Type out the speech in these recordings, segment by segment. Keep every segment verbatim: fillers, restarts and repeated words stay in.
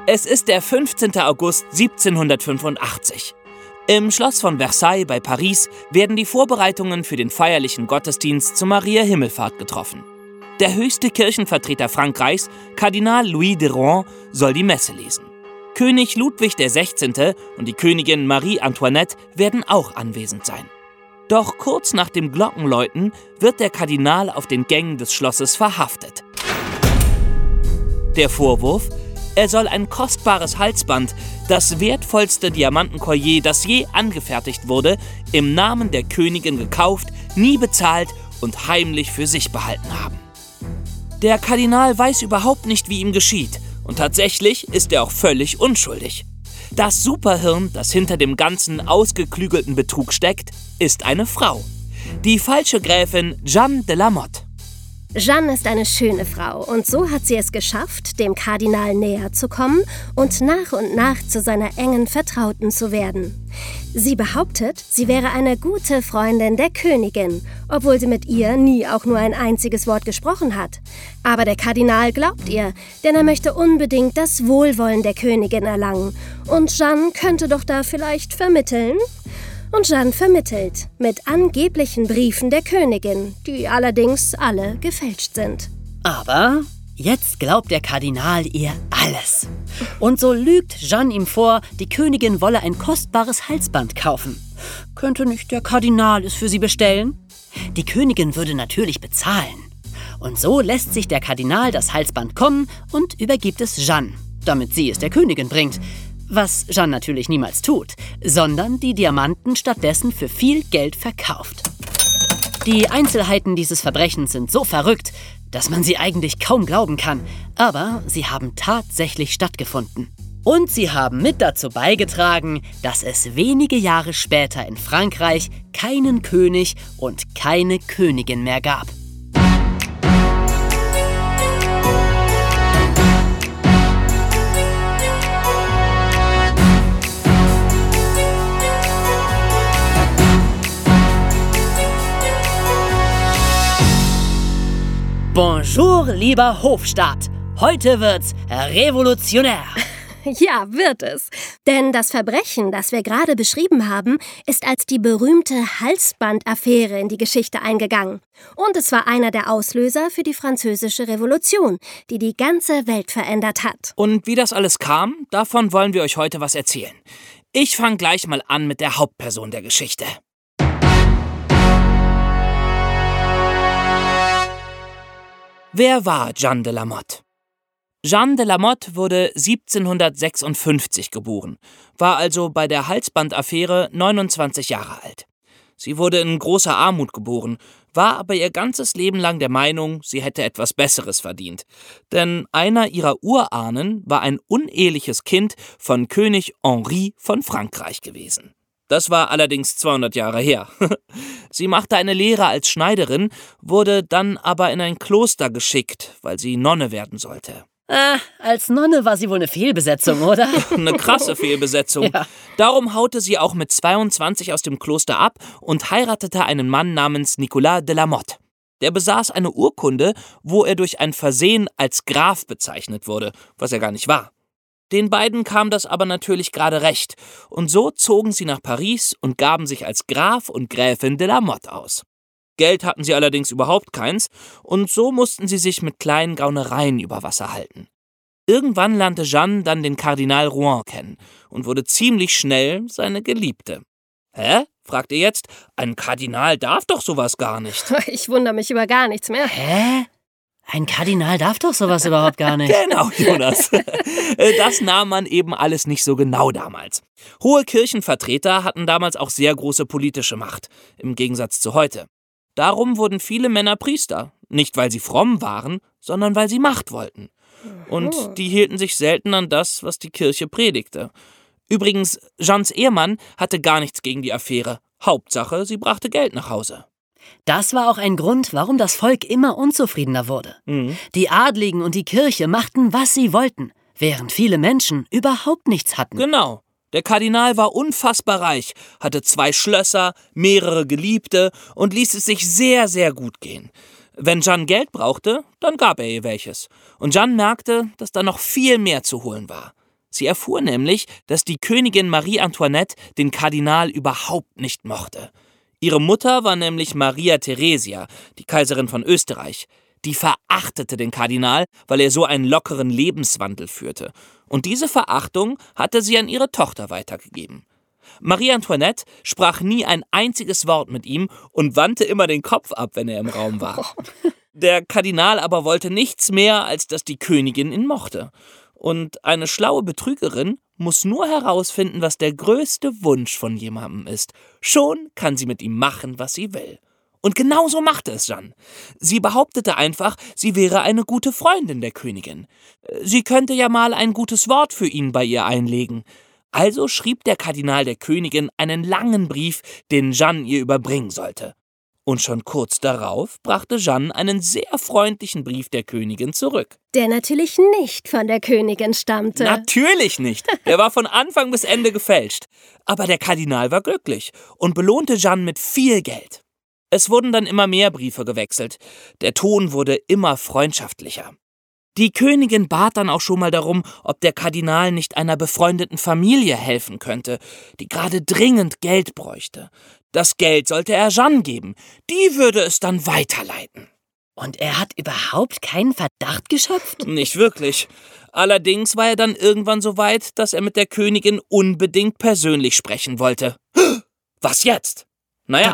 Es ist der fünfzehnten August siebzehnhundertfünfundachtzig. Im Schloss von Versailles bei Paris werden die Vorbereitungen für den feierlichen Gottesdienst zur Maria-Himmelfahrt getroffen. Der höchste Kirchenvertreter Frankreichs, Kardinal Louis de Rohan, soll die Messe lesen. König Ludwig der Sechzehnte und die Königin Marie Antoinette werden auch anwesend sein. Doch kurz nach dem Glockenläuten wird der Kardinal auf den Gängen des Schlosses verhaftet. Der Vorwurf: Er soll ein kostbares Halsband, das wertvollste Diamantenkollier, das je angefertigt wurde, im Namen der Königin gekauft, nie bezahlt und heimlich für sich behalten haben. Der Kardinal weiß überhaupt nicht, wie ihm geschieht, und tatsächlich ist er auch völlig unschuldig. Das Superhirn, das hinter dem ganzen ausgeklügelten Betrug steckt, ist eine Frau. Die falsche Gräfin Jeanne de la Motte. Jeanne ist eine schöne Frau und so hat sie es geschafft, dem Kardinal näher zu kommen und nach und nach zu seiner engen Vertrauten zu werden. Sie behauptet, sie wäre eine gute Freundin der Königin, obwohl sie mit ihr nie auch nur ein einziges Wort gesprochen hat. Aber der Kardinal glaubt ihr, denn er möchte unbedingt das Wohlwollen der Königin erlangen. Und Jeanne könnte doch da vielleicht vermitteln? Und Jeanne vermittelt mit angeblichen Briefen der Königin, die allerdings alle gefälscht sind. Aber jetzt glaubt der Kardinal ihr alles. Und so lügt Jeanne ihm vor, die Königin wolle ein kostbares Halsband kaufen. Könnte nicht der Kardinal es für sie bestellen? Die Königin würde natürlich bezahlen. Und so lässt sich der Kardinal das Halsband kommen und übergibt es Jeanne, damit sie es der Königin bringt. Was Jeanne natürlich niemals tut, sondern die Diamanten stattdessen für viel Geld verkauft. Die Einzelheiten dieses Verbrechens sind so verrückt, dass man sie eigentlich kaum glauben kann. Aber sie haben tatsächlich stattgefunden. Und sie haben mit dazu beigetragen, dass es wenige Jahre später in Frankreich keinen König und keine Königin mehr gab. Bonjour, lieber Hofstaat. Heute wird's revolutionär. Ja, wird es. Denn das Verbrechen, das wir gerade beschrieben haben, ist als die berühmte Halsbandaffäre in die Geschichte eingegangen. Und es war einer der Auslöser für die Französische Revolution, die die ganze Welt verändert hat. Und wie das alles kam, davon wollen wir euch heute was erzählen. Ich fange gleich mal an mit der Hauptperson der Geschichte. Wer war Jeanne de la Motte? Jeanne de la Motte wurde siebzehnhundertsechsundfünfzig geboren, war also bei der Halsbandaffäre neunundzwanzig Jahre alt. Sie wurde in großer Armut geboren, war aber ihr ganzes Leben lang der Meinung, sie hätte etwas Besseres verdient. Denn einer ihrer Urahnen war ein uneheliches Kind von König Henri von Frankreich gewesen. Das war allerdings zweihundert Jahre her. Sie machte eine Lehre als Schneiderin, wurde dann aber in ein Kloster geschickt, weil sie Nonne werden sollte. Ah, als Nonne war sie wohl eine Fehlbesetzung, oder? Eine krasse Fehlbesetzung. Ja. Darum haute sie auch mit zweiundzwanzig aus dem Kloster ab und heiratete einen Mann namens Nicolas de la Motte. Der besaß eine Urkunde, wo er durch ein Versehen als Graf bezeichnet wurde, was er gar nicht war. Den beiden kam das aber natürlich gerade recht, und so zogen sie nach Paris und gaben sich als Graf und Gräfin de la Motte aus. Geld hatten sie allerdings überhaupt keins, und so mussten sie sich mit kleinen Gaunereien über Wasser halten. Irgendwann lernte Jeanne dann den Kardinal Rohan kennen und wurde ziemlich schnell seine Geliebte. Hä? Fragt ihr jetzt? Ein Kardinal darf doch sowas gar nicht. Ich wundere mich über gar nichts mehr. Hä? Ein Kardinal darf doch sowas überhaupt gar nicht. Genau, Jonas. Das nahm man eben alles nicht so genau damals. Hohe Kirchenvertreter hatten damals auch sehr große politische Macht, im Gegensatz zu heute. Darum wurden viele Männer Priester, nicht weil sie fromm waren, sondern weil sie Macht wollten. Und die hielten sich selten an das, was die Kirche predigte. Übrigens, Jeannes Ehemann hatte gar nichts gegen die Affäre. Hauptsache, sie brachte Geld nach Hause. Das war auch ein Grund, warum das Volk immer unzufriedener wurde. Mhm. Die Adligen und die Kirche machten, was sie wollten, während viele Menschen überhaupt nichts hatten. Genau. Der Kardinal war unfassbar reich, hatte zwei Schlösser, mehrere Geliebte und ließ es sich sehr, sehr gut gehen. Wenn Jeanne Geld brauchte, dann gab er ihr welches. Und Jeanne merkte, dass da noch viel mehr zu holen war. Sie erfuhr nämlich, dass die Königin Marie Antoinette den Kardinal überhaupt nicht mochte. Ihre Mutter war nämlich Maria Theresia, die Kaiserin von Österreich. Die verachtete den Kardinal, weil er so einen lockeren Lebenswandel führte. Und diese Verachtung hatte sie an ihre Tochter weitergegeben. Marie Antoinette sprach nie ein einziges Wort mit ihm und wandte immer den Kopf ab, wenn er im Raum war. Der Kardinal aber wollte nichts mehr, als dass die Königin ihn mochte. Und eine schlaue Betrügerin muss nur herausfinden, was der größte Wunsch von jemandem ist. Schon kann sie mit ihm machen, was sie will. Und genau so machte es Jeanne. Sie behauptete einfach, sie wäre eine gute Freundin der Königin. Sie könnte ja mal ein gutes Wort für ihn bei ihr einlegen. Also schrieb der Kardinal der Königin einen langen Brief, den Jeanne ihr überbringen sollte. Und schon kurz darauf brachte Jeanne einen sehr freundlichen Brief der Königin zurück. Der natürlich nicht von der Königin stammte. Natürlich nicht. Der war von Anfang bis Ende gefälscht. Aber der Kardinal war glücklich und belohnte Jeanne mit viel Geld. Es wurden dann immer mehr Briefe gewechselt. Der Ton wurde immer freundschaftlicher. Die Königin bat dann auch schon mal darum, ob der Kardinal nicht einer befreundeten Familie helfen könnte, die gerade dringend Geld bräuchte. Das Geld sollte er Jeanne geben. Die würde es dann weiterleiten. Und er hat überhaupt keinen Verdacht geschöpft? Nicht wirklich. Allerdings war er dann irgendwann so weit, dass er mit der Königin unbedingt persönlich sprechen wollte. Was jetzt? Naja,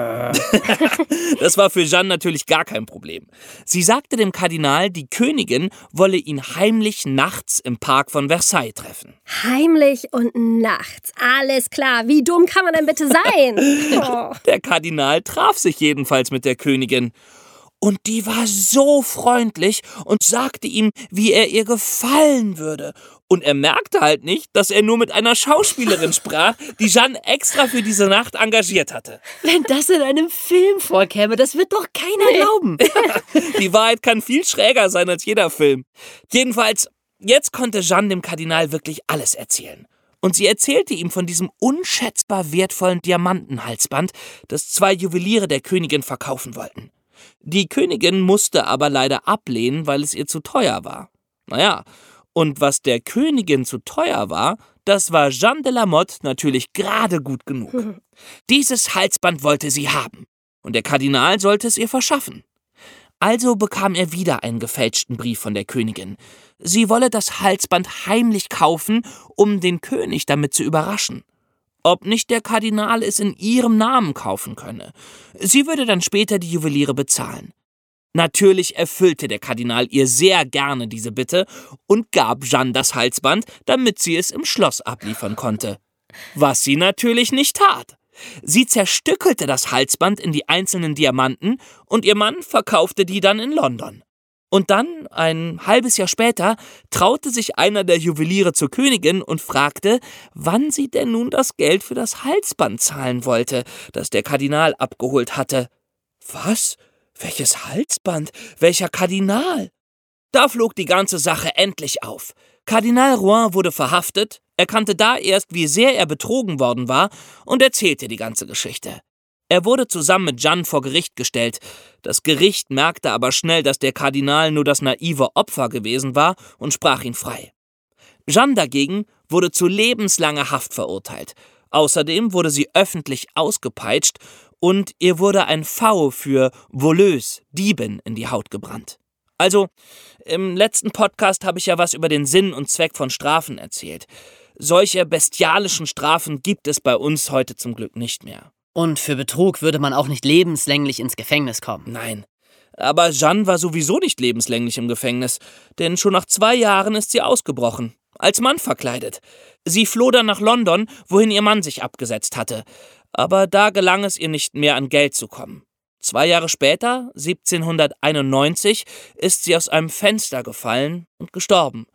das war für Jeanne natürlich gar kein Problem. Sie sagte dem Kardinal, die Königin wolle ihn heimlich nachts im Park von Versailles treffen. Heimlich und nachts. Alles klar. Wie dumm kann man denn bitte sein? Oh. Der Kardinal traf sich jedenfalls mit der Königin. Und die war so freundlich und sagte ihm, wie er ihr gefallen würde. Und er merkte halt nicht, dass er nur mit einer Schauspielerin sprach, die Jeanne extra für diese Nacht engagiert hatte. Wenn das in einem Film vorkäme, das wird doch keiner nee. glauben. Die Wahrheit kann viel schräger sein als jeder Film. Jedenfalls, jetzt konnte Jeanne dem Kardinal wirklich alles erzählen. Und sie erzählte ihm von diesem unschätzbar wertvollen Diamantenhalsband, das zwei Juweliere der Königin verkaufen wollten. Die Königin musste aber leider ablehnen, weil es ihr zu teuer war. Naja, und was der Königin zu teuer war, das war Jeanne de la Motte natürlich gerade gut genug. Dieses Halsband wollte sie haben und der Kardinal sollte es ihr verschaffen. Also bekam er wieder einen gefälschten Brief von der Königin. Sie wolle das Halsband heimlich kaufen, um den König damit zu überraschen. Ob nicht der Kardinal es in ihrem Namen kaufen könne. Sie würde dann später die Juweliere bezahlen. Natürlich erfüllte der Kardinal ihr sehr gerne diese Bitte und gab Jeanne das Halsband, damit sie es im Schloss abliefern konnte. Was sie natürlich nicht tat. Sie zerstückelte das Halsband in die einzelnen Diamanten und ihr Mann verkaufte die dann in London. Und dann, ein halbes Jahr später, traute sich einer der Juweliere zur Königin und fragte, wann sie denn nun das Geld für das Halsband zahlen wollte, das der Kardinal abgeholt hatte. Was? Welches Halsband? Welcher Kardinal? Da flog die ganze Sache endlich auf. Kardinal Rohan wurde verhaftet, erkannte da erst, wie sehr er betrogen worden war und erzählte die ganze Geschichte. Er wurde zusammen mit Jeanne vor Gericht gestellt. Das Gericht merkte aber schnell, dass der Kardinal nur das naive Opfer gewesen war und sprach ihn frei. Jeanne dagegen wurde zu lebenslanger Haft verurteilt. Außerdem wurde sie öffentlich ausgepeitscht und ihr wurde ein V für Voleuse, Diebin, in die Haut gebrannt. Also, im letzten Podcast habe ich ja was über den Sinn und Zweck von Strafen erzählt. Solche bestialischen Strafen gibt es bei uns heute zum Glück nicht mehr. Und für Betrug würde man auch nicht lebenslänglich ins Gefängnis kommen. Nein, aber Jeanne war sowieso nicht lebenslänglich im Gefängnis, denn schon nach zwei Jahren ist sie ausgebrochen, als Mann verkleidet. Sie floh dann nach London, wohin ihr Mann sich abgesetzt hatte, aber da gelang es ihr nicht mehr, an Geld zu kommen. Zwei Jahre später, siebzehnhunderteinundneunzig, ist sie aus einem Fenster gefallen und gestorben.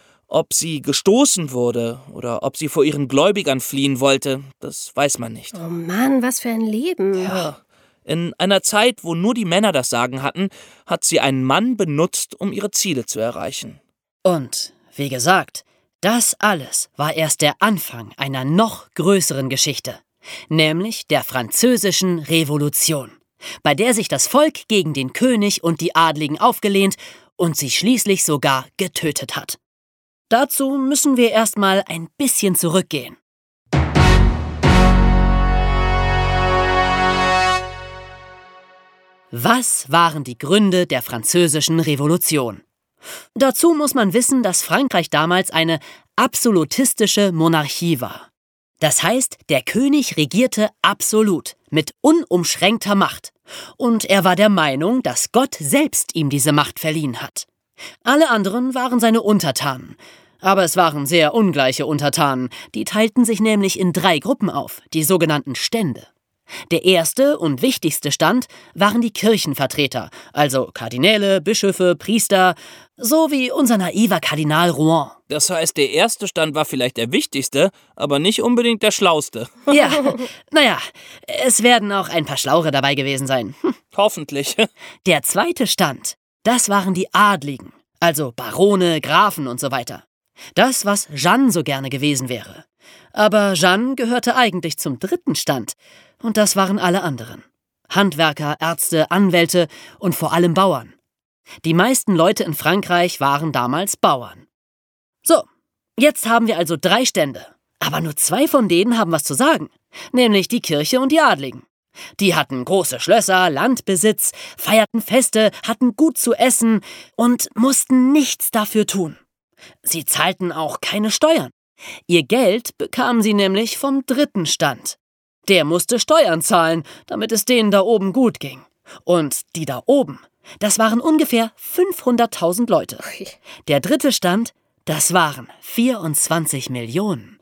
Ob sie gestoßen wurde oder ob sie vor ihren Gläubigern fliehen wollte, das weiß man nicht. Oh Mann, was für ein Leben. Ja, in einer Zeit, wo nur die Männer das Sagen hatten, hat sie einen Mann benutzt, um ihre Ziele zu erreichen. Und, wie gesagt, das alles war erst der Anfang einer noch größeren Geschichte, nämlich der Französischen Revolution, bei der sich das Volk gegen den König und die Adligen aufgelehnt und sie schließlich sogar getötet hat. Dazu müssen wir erstmal ein bisschen zurückgehen. Was waren die Gründe der Französischen Revolution? Dazu muss man wissen, dass Frankreich damals eine absolutistische Monarchie war. Das heißt, der König regierte absolut, mit unumschränkter Macht. Und er war der Meinung, dass Gott selbst ihm diese Macht verliehen hat. Alle anderen waren seine Untertanen. Aber es waren sehr ungleiche Untertanen. Die teilten sich nämlich in drei Gruppen auf, die sogenannten Stände. Der erste und wichtigste Stand waren die Kirchenvertreter, also Kardinäle, Bischöfe, Priester, so wie unser naiver Kardinal Rohan. Das heißt, der erste Stand war vielleicht der wichtigste, aber nicht unbedingt der schlauste. Ja, naja, es werden auch ein paar Schlauere dabei gewesen sein. Hm. Hoffentlich. Der zweite Stand, das waren die Adligen, also Barone, Grafen und so weiter. Das, was Jeanne so gerne gewesen wäre. Aber Jeanne gehörte eigentlich zum dritten Stand. Und das waren alle anderen. Handwerker, Ärzte, Anwälte und vor allem Bauern. Die meisten Leute in Frankreich waren damals Bauern. So, jetzt haben wir also drei Stände. Aber nur zwei von denen haben was zu sagen. Nämlich die Kirche und die Adligen. Die hatten große Schlösser, Landbesitz, feierten Feste, hatten gut zu essen und mussten nichts dafür tun. Sie zahlten auch keine Steuern. Ihr Geld bekamen sie nämlich vom dritten Stand. Der musste Steuern zahlen, damit es denen da oben gut ging. Und die da oben, das waren ungefähr fünfhunderttausend Leute. Der dritte Stand, das waren vierundzwanzig Millionen.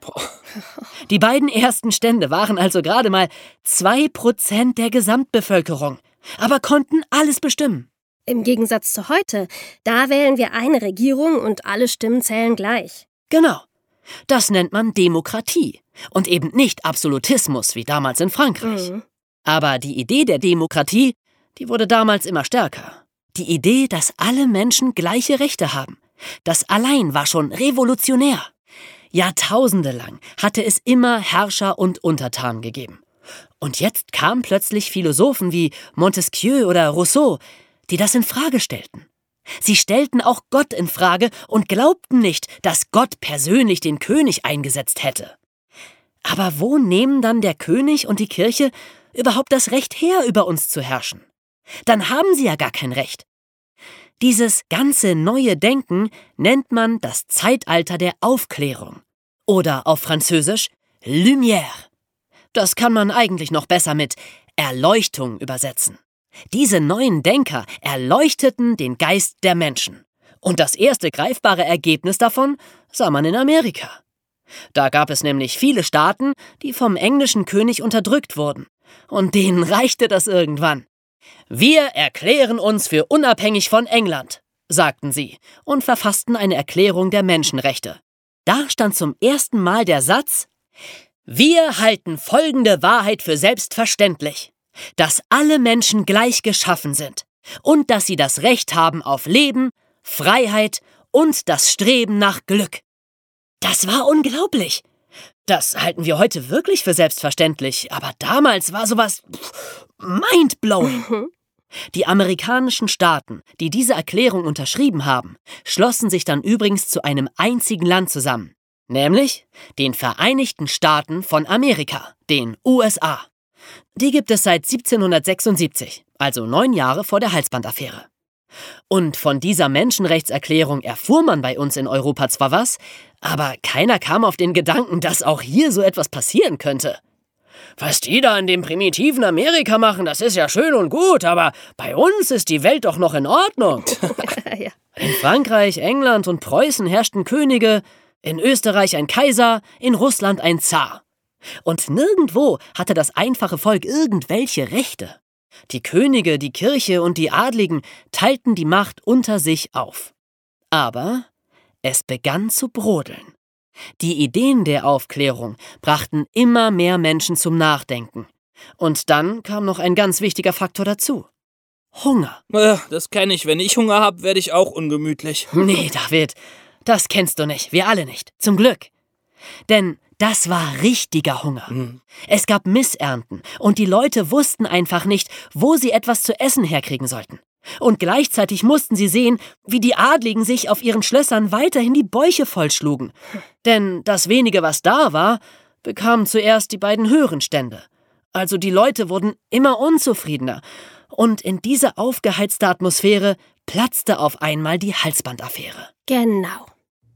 Die beiden ersten Stände waren also gerade mal zwei Prozent der Gesamtbevölkerung, aber konnten alles bestimmen. Im Gegensatz zu heute, da wählen wir eine Regierung und alle Stimmen zählen gleich. Genau. Das nennt man Demokratie und eben nicht Absolutismus wie damals in Frankreich. Mhm. Aber die Idee der Demokratie, die wurde damals immer stärker. Die Idee, dass alle Menschen gleiche Rechte haben. Das allein war schon revolutionär. Jahrtausende lang hatte es immer Herrscher und Untertanen gegeben. Und jetzt kamen plötzlich Philosophen wie Montesquieu oder Rousseau, die das in Frage stellten. Sie stellten auch Gott in Frage und glaubten nicht, dass Gott persönlich den König eingesetzt hätte. Aber wo nehmen dann der König und die Kirche überhaupt das Recht her, über uns zu herrschen? Dann haben sie ja gar kein Recht. Dieses ganze neue Denken nennt man das Zeitalter der Aufklärung. Oder auf Französisch Lumière. Das kann man eigentlich noch besser mit Erleuchtung übersetzen. Diese neuen Denker erleuchteten den Geist der Menschen. Und das erste greifbare Ergebnis davon sah man in Amerika. Da gab es nämlich viele Staaten, die vom englischen König unterdrückt wurden. Und denen reichte das irgendwann. Wir erklären uns für unabhängig von England, sagten sie und verfassten eine Erklärung der Menschenrechte. Da stand zum ersten Mal der Satz: Wir halten folgende Wahrheit für selbstverständlich. Dass alle Menschen gleich geschaffen sind und dass sie das Recht haben auf Leben, Freiheit und das Streben nach Glück. Das war unglaublich. Das halten wir heute wirklich für selbstverständlich, aber damals war sowas mindblowing. Die amerikanischen Staaten, die diese Erklärung unterschrieben haben, schlossen sich dann übrigens zu einem einzigen Land zusammen, nämlich den Vereinigten Staaten von Amerika, den U S A. Die gibt es seit siebzehnhundertsechsundsiebzig, also neun Jahre vor der Halsbandaffäre. Und von dieser Menschenrechtserklärung erfuhr man bei uns in Europa zwar was, aber keiner kam auf den Gedanken, dass auch hier so etwas passieren könnte. Was die da in dem primitiven Amerika machen, das ist ja schön und gut, aber bei uns ist die Welt doch noch in Ordnung. Ja. In Frankreich, England und Preußen herrschten Könige, in Österreich ein Kaiser, in Russland ein Zar. Und nirgendwo hatte das einfache Volk irgendwelche Rechte. Die Könige, die Kirche und die Adligen teilten die Macht unter sich auf. Aber es begann zu brodeln. Die Ideen der Aufklärung brachten immer mehr Menschen zum Nachdenken. Und dann kam noch ein ganz wichtiger Faktor dazu. Hunger. Das kenne ich. Wenn ich Hunger habe, werde ich auch ungemütlich. Nee, David, das kennst du nicht. Wir alle nicht. Zum Glück. Denn das war richtiger Hunger. Mhm. Es gab Missernten und die Leute wussten einfach nicht, wo sie etwas zu essen herkriegen sollten. Und gleichzeitig mussten sie sehen, wie die Adligen sich auf ihren Schlössern weiterhin die Bäuche vollschlugen. Denn das wenige, was da war, bekamen zuerst die beiden höheren Stände. Also die Leute wurden immer unzufriedener. Und in dieser aufgeheizten Atmosphäre platzte auf einmal die Halsbandaffäre. Genau.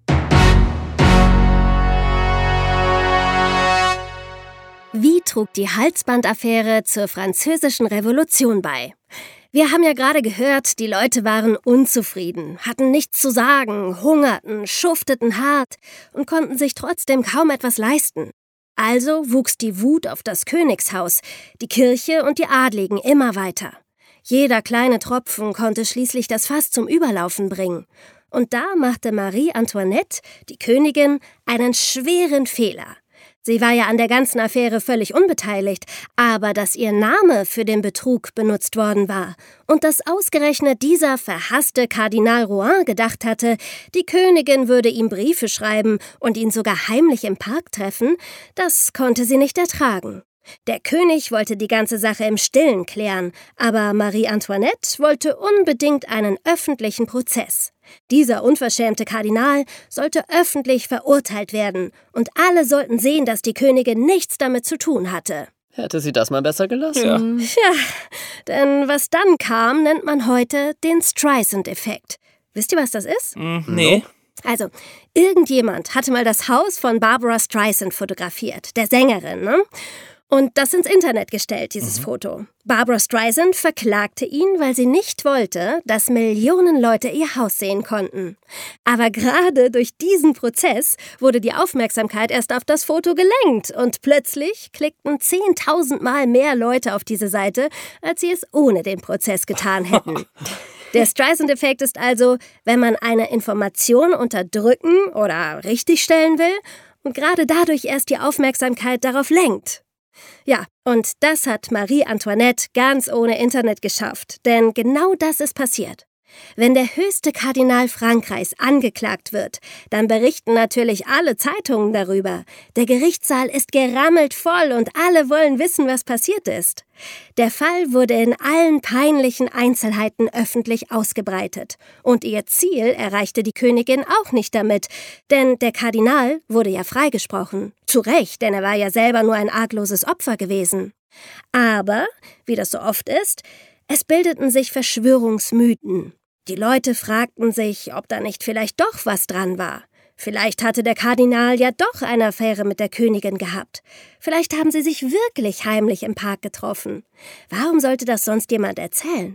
Wie trug die Halsbandaffäre zur Französischen Revolution bei? Wir haben ja gerade gehört, die Leute waren unzufrieden, hatten nichts zu sagen, hungerten, schufteten hart und konnten sich trotzdem kaum etwas leisten. Also wuchs die Wut auf das Königshaus, die Kirche und die Adligen immer weiter. Jeder kleine Tropfen konnte schließlich das Fass zum Überlaufen bringen. Und da machte Marie Antoinette, die Königin, einen schweren Fehler. Sie war ja an der ganzen Affäre völlig unbeteiligt, aber dass ihr Name für den Betrug benutzt worden war und dass ausgerechnet dieser verhasste Kardinal Rohan gedacht hatte, die Königin würde ihm Briefe schreiben und ihn sogar heimlich im Park treffen, das konnte sie nicht ertragen. Der König wollte die ganze Sache im Stillen klären, aber Marie Antoinette wollte unbedingt einen öffentlichen Prozess. Dieser unverschämte Kardinal sollte öffentlich verurteilt werden und alle sollten sehen, dass die Königin nichts damit zu tun hatte. Hätte sie das mal besser gelassen? Ja. Tja, denn was dann kam, nennt man heute den Streisand-Effekt. Wisst ihr, was das ist? Mm, nee. Also, irgendjemand hatte mal das Haus von Barbara Streisand fotografiert, der Sängerin, ne? Und das ins Internet gestellt, dieses mhm. Foto. Barbara Streisand verklagte ihn, weil sie nicht wollte, dass Millionen Leute ihr Haus sehen konnten. Aber gerade durch diesen Prozess wurde die Aufmerksamkeit erst auf das Foto gelenkt und plötzlich klickten zehntausendmal mehr Leute auf diese Seite, als sie es ohne den Prozess getan hätten. Der Streisand-Effekt ist also, wenn man eine Information unterdrücken oder richtigstellen will und gerade dadurch erst die Aufmerksamkeit darauf lenkt. Ja, und das hat Marie Antoinette ganz ohne Internet geschafft, denn genau das ist passiert. Wenn der höchste Kardinal Frankreichs angeklagt wird, dann berichten natürlich alle Zeitungen darüber. Der Gerichtssaal ist gerammelt voll und alle wollen wissen, was passiert ist. Der Fall wurde in allen peinlichen Einzelheiten öffentlich ausgebreitet. Und ihr Ziel erreichte die Königin auch nicht damit, denn der Kardinal wurde ja freigesprochen. Zu Recht, denn er war ja selber nur ein argloses Opfer gewesen. Aber, wie das so oft ist, es bildeten sich Verschwörungsmythen. Die Leute fragten sich, ob da nicht vielleicht doch was dran war. Vielleicht hatte der Kardinal ja doch eine Affäre mit der Königin gehabt. Vielleicht haben sie sich wirklich heimlich im Park getroffen. Warum sollte das sonst jemand erzählen?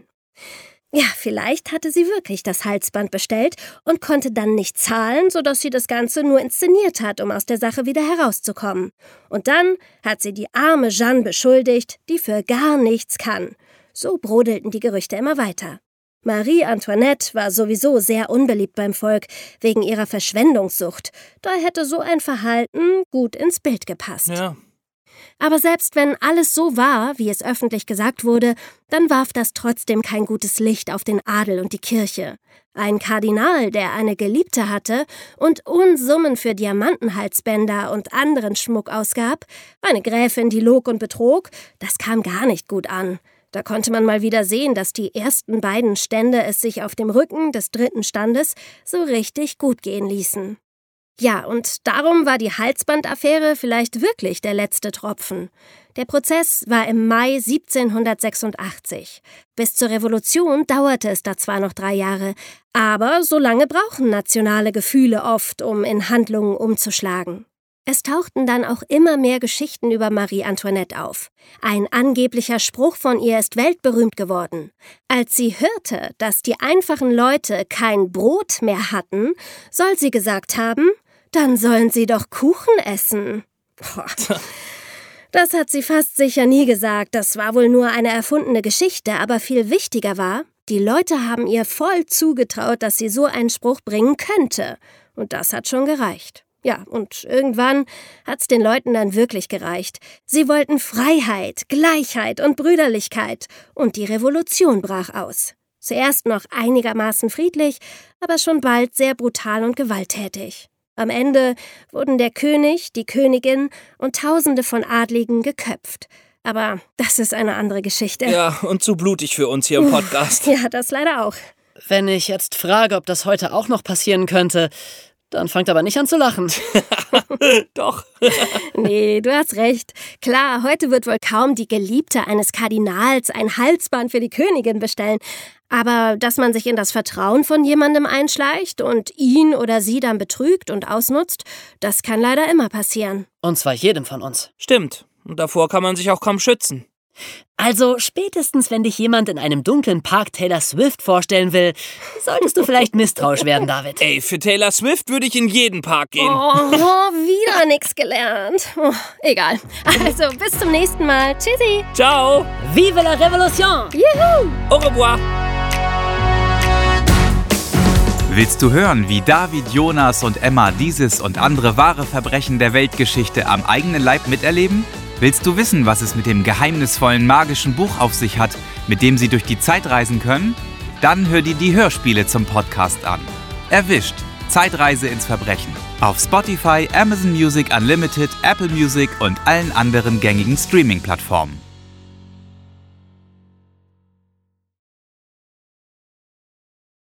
Ja, vielleicht hatte sie wirklich das Halsband bestellt und konnte dann nicht zahlen, sodass sie das Ganze nur inszeniert hat, um aus der Sache wieder herauszukommen. Und dann hat sie die arme Jeanne beschuldigt, die für gar nichts kann. So brodelten die Gerüchte immer weiter. Marie Antoinette war sowieso sehr unbeliebt beim Volk wegen ihrer Verschwendungssucht. Da hätte so ein Verhalten gut ins Bild gepasst. Ja. Aber selbst wenn alles so war, wie es öffentlich gesagt wurde, dann warf das trotzdem kein gutes Licht auf den Adel und die Kirche. Ein Kardinal, der eine Geliebte hatte und Unsummen für Diamantenhalsbänder und anderen Schmuck ausgab, eine Gräfin, die log und betrog, das kam gar nicht gut an. Da konnte man mal wieder sehen, dass die ersten beiden Stände es sich auf dem Rücken des dritten Standes so richtig gut gehen ließen. Ja, und darum war die Halsbandaffäre vielleicht wirklich der letzte Tropfen. Der Prozess war im Mai siebzehnhundertsechsundachtzig. Bis zur Revolution dauerte es da zwar noch drei Jahre, aber so lange brauchen nationale Gefühle oft, um in Handlungen umzuschlagen. Es tauchten dann auch immer mehr Geschichten über Marie Antoinette auf. Ein angeblicher Spruch von ihr ist weltberühmt geworden. Als sie hörte, dass die einfachen Leute kein Brot mehr hatten, soll sie gesagt haben, dann sollen sie doch Kuchen essen. Boah. Das hat sie fast sicher nie gesagt, das war wohl nur eine erfundene Geschichte, aber viel wichtiger war, die Leute haben ihr voll zugetraut, dass sie so einen Spruch bringen könnte. Und das hat schon gereicht. Ja, und irgendwann hat's den Leuten dann wirklich gereicht. Sie wollten Freiheit, Gleichheit und Brüderlichkeit. Und die Revolution brach aus. Zuerst noch einigermaßen friedlich, aber schon bald sehr brutal und gewalttätig. Am Ende wurden der König, die Königin und Tausende von Adligen geköpft. Aber das ist eine andere Geschichte. Ja, und zu blutig für uns hier im Podcast. Ja, das leider auch. Wenn ich jetzt frage, ob das heute auch noch passieren könnte, dann fangt aber nicht an zu lachen. Doch. Nee, du hast recht. Klar, heute wird wohl kaum die Geliebte eines Kardinals ein Halsband für die Königin bestellen. Aber dass man sich in das Vertrauen von jemandem einschleicht und ihn oder sie dann betrügt und ausnutzt, das kann leider immer passieren. Und zwar jedem von uns. Stimmt. Und davor kann man sich auch kaum schützen. Also spätestens, wenn dich jemand in einem dunklen Park Taylor Swift vorstellen will, solltest du vielleicht misstrauisch werden, David. Ey, für Taylor Swift würde ich in jeden Park gehen. Oh, wieder nichts gelernt. Oh, egal. Also, bis zum nächsten Mal. Tschüssi. Ciao. Vive la Revolution! Juhu. Au revoir. Willst du hören, wie David, Jonas und Emma dieses und andere wahre Verbrechen der Weltgeschichte am eigenen Leib miterleben? Willst du wissen, was es mit dem geheimnisvollen magischen Buch auf sich hat, mit dem sie durch die Zeit reisen können? Dann hör dir die Hörspiele zum Podcast an. Erwischt! Zeitreise ins Verbrechen. Auf Spotify, Amazon Music Unlimited, Apple Music und allen anderen gängigen Streaming-Plattformen.